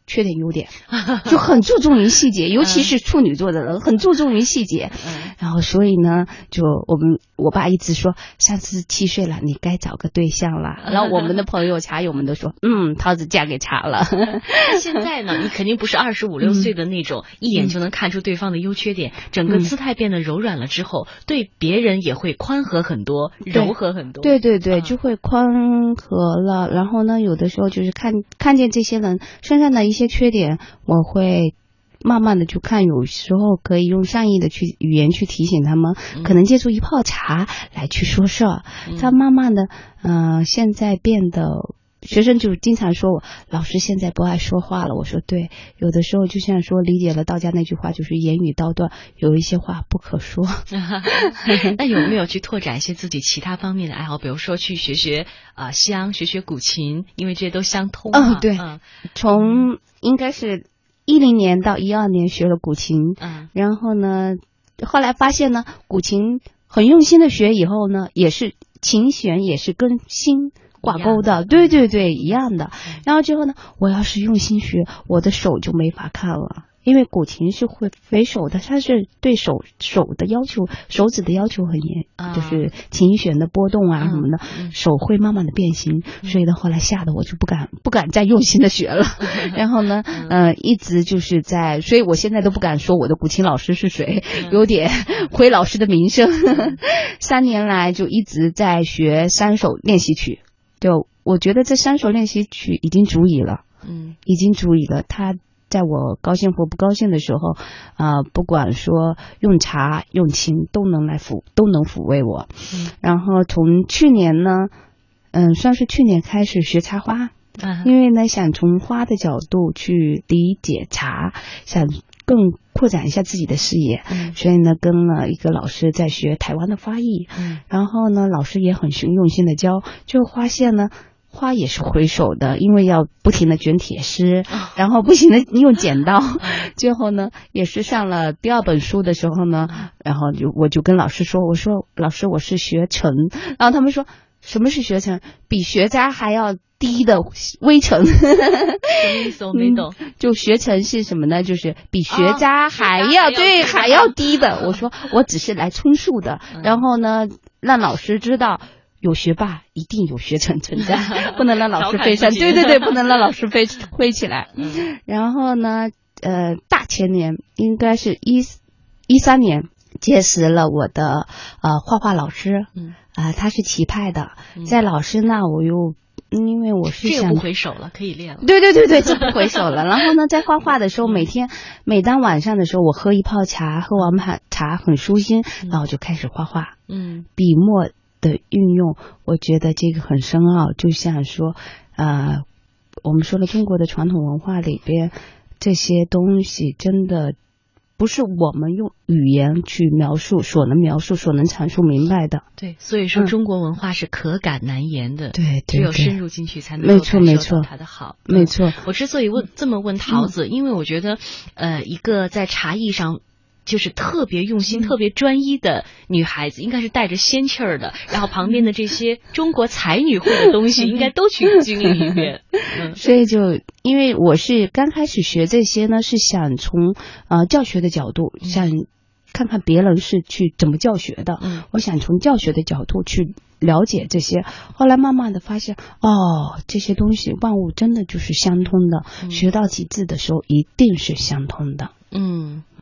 缺点优点，就很注重于细节，尤其是处女座的人很注重于细节。然后所以呢，就我们我爸一直说，三十七岁了，你该找个对象了。然后我们的朋友茶友们都说，嗯，桃子嫁给茶了。 那现在呢，你肯定不是二十五六岁的那种、嗯、一眼就能看出对方的优缺点，整个姿态变得柔软了之后，嗯、对别人也会宽和很多，柔和很多。 对对对，就会宽和了。然后呢，有的时候就是看看见这些人身上的一些缺点，我会慢慢的就看，有时候可以用善意的去语言去提醒他们，嗯、可能借助一泡茶来去说事儿。嗯、他慢慢的，嗯、呃，现在变得。学生就经常说我老师现在不爱说话了，我说对，有的时候就像说理解了道家那句话，就是言语刀断，有一些话不可说。 那有没有去拓展一些自己其他方面的爱好，比如说去学学啊、呃、香，学学古琴，因为这些都相通嘛。 嗯，对，嗯、从应该是一零年到一二年学了古琴，嗯，然后呢，后来发现呢，古琴很用心的学以后呢，也是琴弦也是跟心挂钩的，对对对，一样的。然后之后呢，我要是用心学，我的手就没法看了，因为古琴是会肥手的，它是对手手的要求，手指的要求很严，啊、就是琴弦的波动啊什么的，嗯、手会慢慢的变形，嗯、所以呢，后来吓得我就不敢不敢再用心的学了。然后呢，嗯、呃，一直就是在，所以我现在都不敢说我的古琴老师是谁，嗯、有点毁老师的名声。三年来就一直在学三首练习曲。就我觉得这三首练习曲已经足以了，嗯，已经足以了。他在我高兴或不高兴的时候，啊、呃，不管说用茶用琴都能来抚，都能抚慰我。嗯、然后从去年呢，嗯，算是去年开始学插花，嗯、因为呢想从花的角度去理解茶，想更扩展一下自己的视野，嗯、所以呢跟了一个老师在学台湾的花艺，嗯、然后呢老师也很用心的教，就发现呢花也是回手的，因为要不停的卷铁丝，哦、然后不停的用剪刀，嗯、最后呢也是上了第二本书的时候呢，嗯、然后就我就跟老师说，我说老师我是学成，然后他们说什么是学成？比学渣还要低的微成。什么意思？我没懂。 嗯、就学成是什么呢？就是比学渣还要、哦、对还要低的。我说我只是来充数的，嗯、然后呢，让老师知道有学霸一定有学成存在，不能让老师飞升。对对对，不能让老师飞飞起来。嗯、然后呢，呃，大前年应该是一一三年结识了我的呃画画老师。嗯。啊、呃，他是棋派的，在老师那我又，因为我是想这个不回手了，可以练了。 对对对对，这不回手了。然后呢，在画画的时候，每天每当晚上的时候，我喝一泡茶，喝完茶很舒心，然后就开始画画。嗯，笔墨的运用，我觉得这个很深奥，就像说，呃，我们说了中国的传统文化里边，这些东西真的不是我们用语言去描述所能描述、所能阐述明白的。 对，所以说中国文化是可感难言的。 嗯、对, 对, 对， 只有深入进去才能够感受到它的好。 没错， 我之所以问这么问桃子，嗯、因为我觉得，呃，一个在茶艺上就是特别用心、嗯、特别专一的女孩子，应该是带着仙气儿的，然后旁边的这些中国才女会的东西，应该都去经历一遍。嗯、 所以就因为我是刚开始学这些呢，是想从呃教学的角度，嗯、想看看别人是去怎么教学的，嗯、我想从教学的角度去了解这些。后来慢慢的发现，哦，这些东西万物真的就是相通的，嗯、学到极致的时候一定是相通的。 嗯。